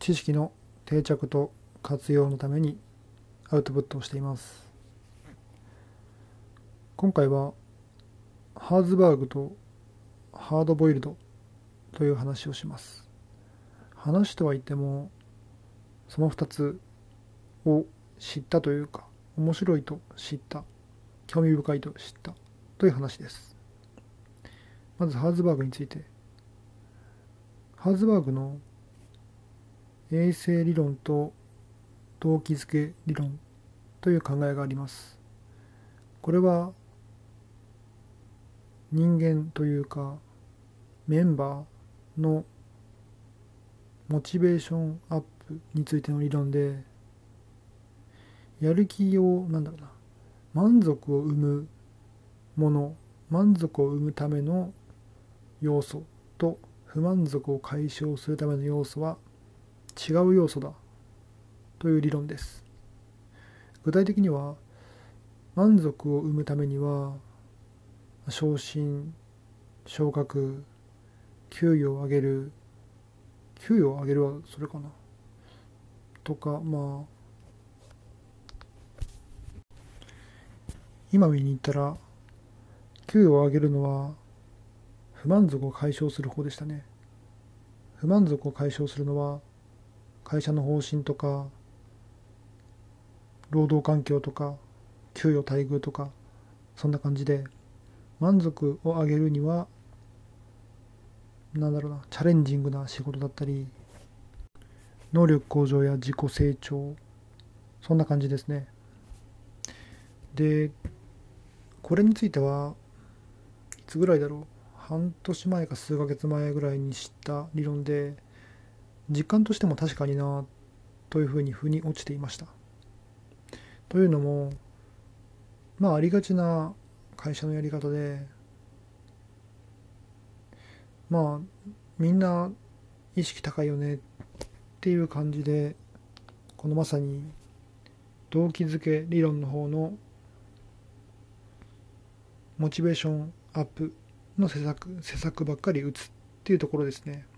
知識の定着と活用のためにアウトプットをしています。今回はハーズバーグとハードボイルドという話をします。話とは言ってもその2つを知ったというか、面白いと知った、興味深いと知ったという話です。まずハーズバーグについて。ハーズバーグの衛生理論と動機づけ理論という考えがあります。これは人間というかメンバーのモチベーションアップについての理論で、やる気を満足を生むもの、満足を生むための要素と不満足を解消するための要素は違う要素だという理論です。具体的には、満足を生むためには昇進、昇格、給与を上げる、はそれかなとか、今見に行ったら給与を上げるのは不満足を解消する方でしたね。不満足を解消するのは会社の方針とか労働環境とか給与待遇とか、そんな感じで、満足を上げるにはチャレンジングな仕事だったり、能力向上や自己成長、そんな感じですね。で、これについてはいつぐらいだろう、半年前か数ヶ月前ぐらいに知った理論で、実感としても確かになというふうに腑に落ちていました。というのも、ありがちな会社のやり方で、みんな意識高いよねっていう感じで、このまさに動機づけ理論の方のモチベーションアップの施策ばっかり打つっていうところですね。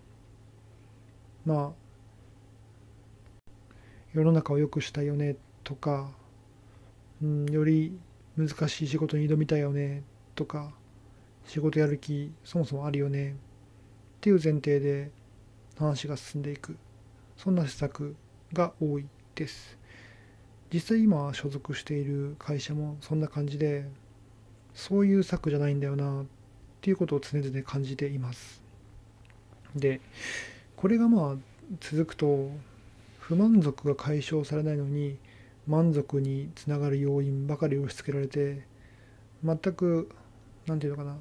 世の中を良くしたいよねとか、より難しい仕事に挑みたいよねとか、仕事やる気そもそもあるよねっていう前提で話が進んでいく、そんな施策が多いです。実際今所属している会社もそんな感じで、そういう策じゃないんだよなっていうことを常々感じています。で、これが続くと、不満足が解消されないのに満足につながる要因ばかり押し付けられて、全くなんていうのかな、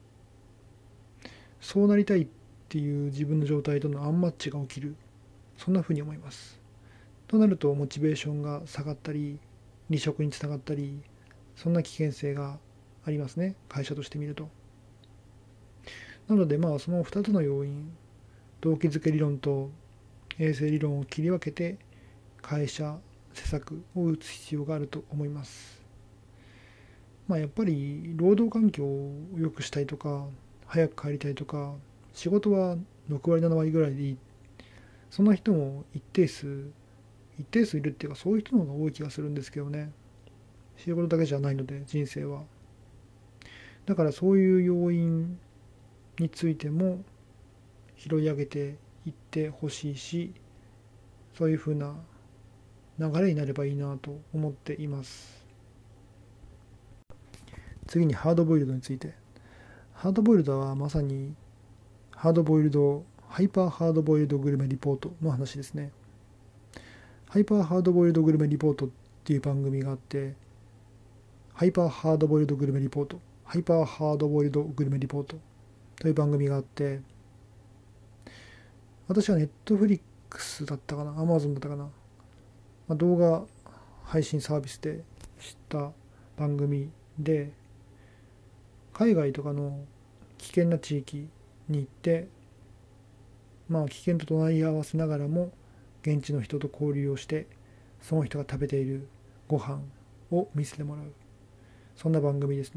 そうなりたいっていう自分の状態とのアンマッチが起きる、そんな風に思います。となるとモチベーションが下がったり離職につながったり、そんな危険性がありますね、会社として見ると。なのでその2つの要因、動機づけ理論と衛生理論を切り分けて会社施策を打つ必要があると思います。やっぱり労働環境を良くしたいとか、早く帰りたいとか、仕事は6割7割ぐらいでいい、そんな人も一定数いるっていうか、そういう人の方が多い気がするんですけどね。仕事だけじゃないので、人生は。だからそういう要因についても拾い上げていってほしいし、そういう風な流れになればいいなと思っています。次にハードボイルドについて。ハードボイルドはまさにハイパーハードボイルドグルメリポートの話ですね。ハイパーハードボイルドグルメリポートっていう番組があって、ハイパーハードボイルドグルメリポート、ハイパーハードボイルドグルメリポートという番組があって、私はネットフリックスだったかな、アマゾンだったかな、動画配信サービスで知った番組で、海外とかの危険な地域に行って、危険と隣り合わせながらも現地の人と交流をして、その人が食べているご飯を見せてもらう、そんな番組です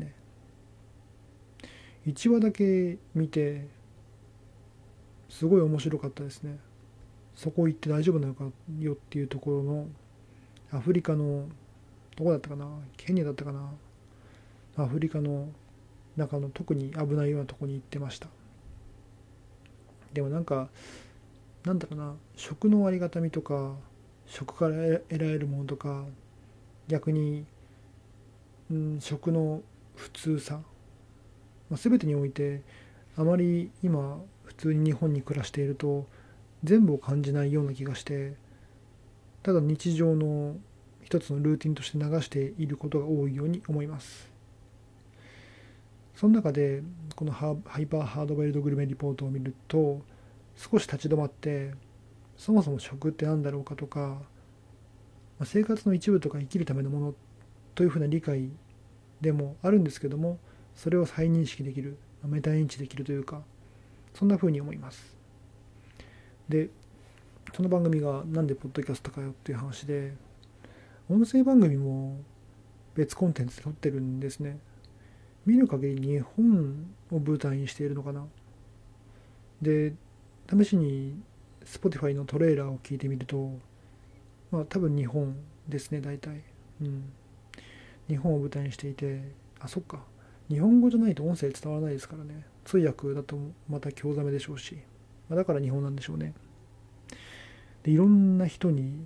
ね。1話だけ見てすごい面白かったですね。 そこ行って大丈夫なのかよっていうところのアフリカのどこだったかな、ケニアだったかな、アフリカの中の特に危ないようなとこに行ってました。でもなんだろうな、食のありがたみとか食から得られるものとか、逆に、食の普通さ、全てにおいてあまり今普通に日本に暮らしていると全部を感じないような気がして、ただ日常の一つのルーティンとして流していることが多いように思います。その中でこのハイパーハードボイルドグルメリポートを見ると、少し立ち止まって、そもそも食って何だろうかとか、生活の一部とか生きるためのものというふうな理解でもあるんですけども、それを再認識できる、メタ認知できるというか、そんなふうに思います。で、その番組がなんでポッドキャストかよっていう話で、音声番組も別コンテンツで撮ってるんですね。見る限り日本を舞台にしているのかな。で、試しに Spotify のトレーラーを聞いてみると、多分日本ですね、大体。うん。日本を舞台にしていて、そっか。日本語じゃないと音声伝わらないですからね。通訳だとまた興ざめでしょうし。だから日本なんでしょうね。で、いろんな人に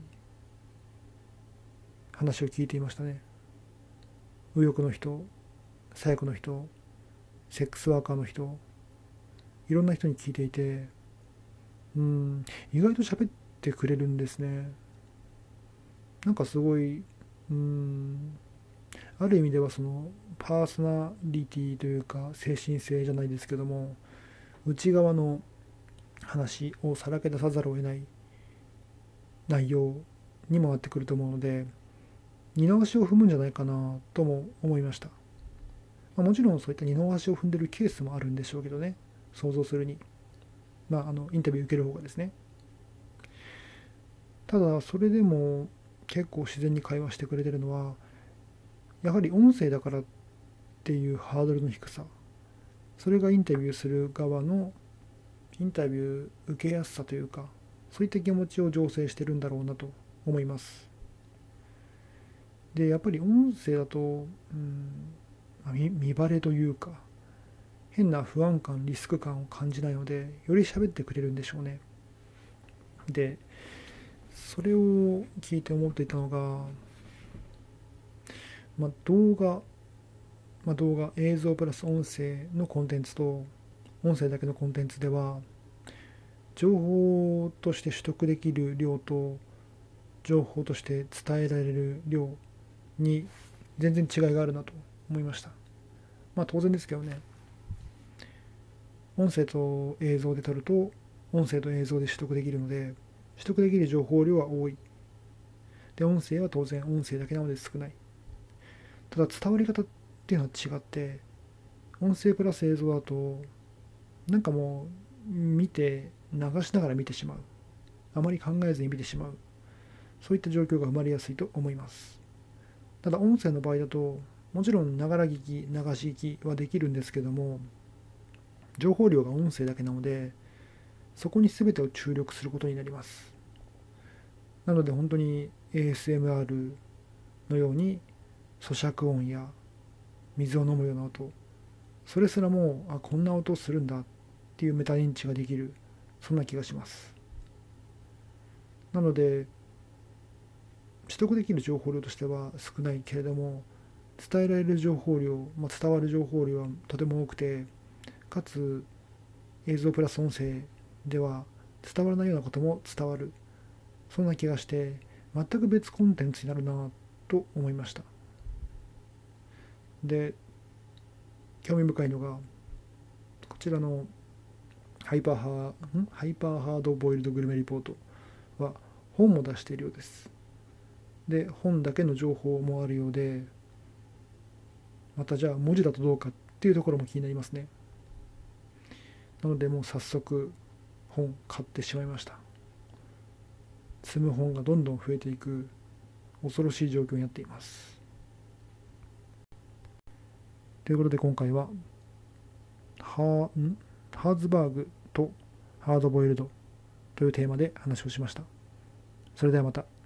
話を聞いていましたね。右翼の人、左翼の人、セックスワーカーの人、いろんな人に聞いていて、意外と喋ってくれるんですね。すごい、ある意味ではそのパーソナリティというか精神性じゃないですけども、内側の話をさらけ出さざるを得ない内容にもなってくると思うので、二の足を踏むんじゃないかなとも思いました。もちろんそういった二の足を踏んでるケースもあるんでしょうけどね、想像するに、インタビュー受ける方がですね。ただそれでも結構自然に会話してくれてるのは、やはり音声だからっていうハードルの低さ、それがインタビューする側のインタビュー受けやすさというか、そういった気持ちを醸成してるんだろうなと思います。で、やっぱり音声だと、見バレというか、変な不安感、リスク感を感じないので、より喋ってくれるんでしょうね。で、それを聞いて思っていたのが、まあ、動画、映像プラス音声のコンテンツと、音声だけのコンテンツでは、情報として取得できる量と、情報として伝えられる量に全然違いがあるなと思いました。当然ですけどね、音声と映像で撮ると、音声と映像で取得できるので、取得できる情報量は多い。で、音声は当然音声だけなので少ない。ただ伝わり方っていうのは違って、音声プラス映像だと、もう見て流しながら見てしまう。あまり考えずに見てしまう。そういった状況が生まれやすいと思います。ただ音声の場合だと、もちろんながら聞き、流し聞きはできるんですけども、情報量が音声だけなので、そこに全てを注力することになります。なので本当に ASMR のように咀嚼音や水を飲むような音、それすらもこんな音するんだっていうメタ認知ができる、そんな気がします。なので取得できる情報量としては少ないけれども、伝えられる情報量、伝わる情報量はとても多くて、かつ映像プラス音声では伝わらないようなことも伝わる、そんな気がして全く別コンテンツになるなと思いました。で、興味深いのがこちらのハイパーハードボイルドグルメリポートは本も出しているようです。で、本だけの情報もあるようで、またじゃあ文字だとどうかっていうところも気になりますね。なのでもう早速本買ってしまいました。積む本がどんどん増えていく恐ろしい状況になっています。ということで今回はハーズバーグとハードボイルドというテーマで話をしました。それではまた。